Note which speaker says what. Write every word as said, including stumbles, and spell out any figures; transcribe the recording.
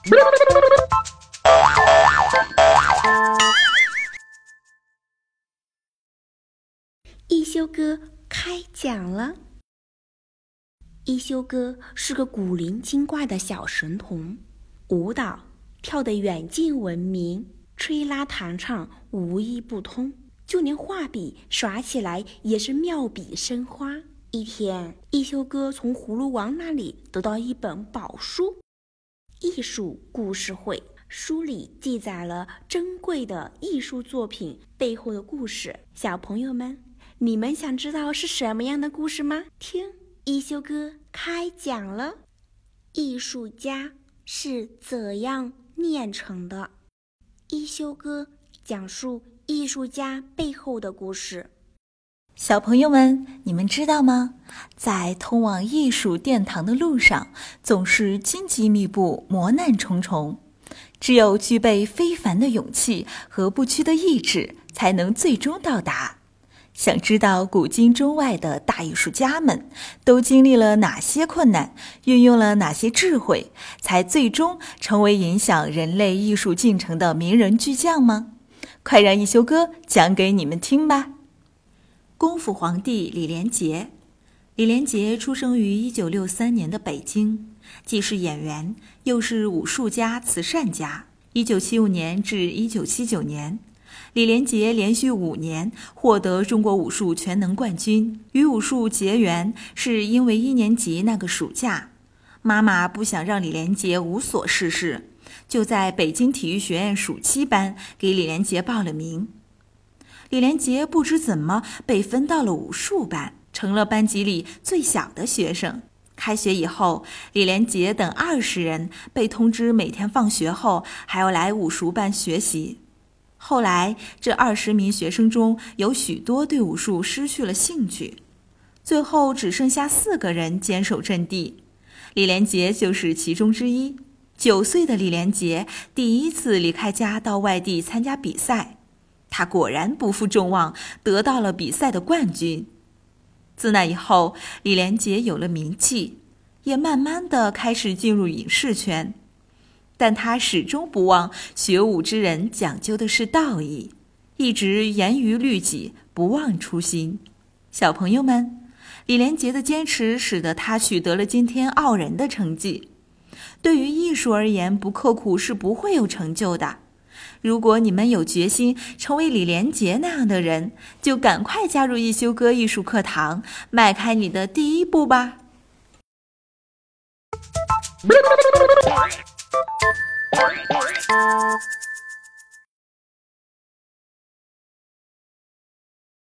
Speaker 1: 一休哥开讲了。一休哥是个古灵精怪的小神童，舞蹈跳得远近闻名，吹拉弹唱无一不通，就连画笔耍起来也是妙笔生花。一天，一休哥从葫芦王那里得到一本宝书，艺术故事会，书里记载了珍贵的艺术作品背后的故事。小朋友们，你们想知道是什么样的故事吗？听一休哥开讲了。艺术家是怎样炼成的？一休哥讲述艺术家背后的故事。
Speaker 2: 小朋友们，你们知道吗？在通往艺术殿堂的路上，总是荆棘密布，磨难重重。只有具备非凡的勇气和不屈的意志，才能最终到达。想知道古今中外的大艺术家们都经历了哪些困难，运用了哪些智慧，才最终成为影响人类艺术进程的名人巨匠吗？快让一休哥讲给你们听吧。功夫皇帝李连杰。李连杰出生于一九六三年的北京，既是演员，又是武术家、慈善家。一九七五年至一九七九年，李连杰连续五年获得中国武术全能冠军。与武术结缘是因为一年级那个暑假，妈妈不想让李连杰无所事事，就在北京体育学院暑期班给李连杰报了名。李连杰不知怎么被分到了武术班，成了班级里最小的学生。开学以后，李连杰等二十人被通知每天放学后还要来武术班学习。后来，这二十名学生中有许多对武术失去了兴趣，最后只剩下四个人坚守阵地。李连杰就是其中之一。九岁的李连杰第一次离开家到外地参加比赛，他果然不负众望，得到了比赛的冠军。自那以后，李连杰有了名气，也慢慢地开始进入影视圈。但他始终不忘学武之人讲究的是道义，一直严于律己，不忘初心。小朋友们，李连杰的坚持使得他取得了今天傲人的成绩。对于艺术而言，不刻苦是不会有成就的。如果你们有决心成为李连杰那样的人，就赶快加入一休哥艺术课堂，迈开你的第一步吧。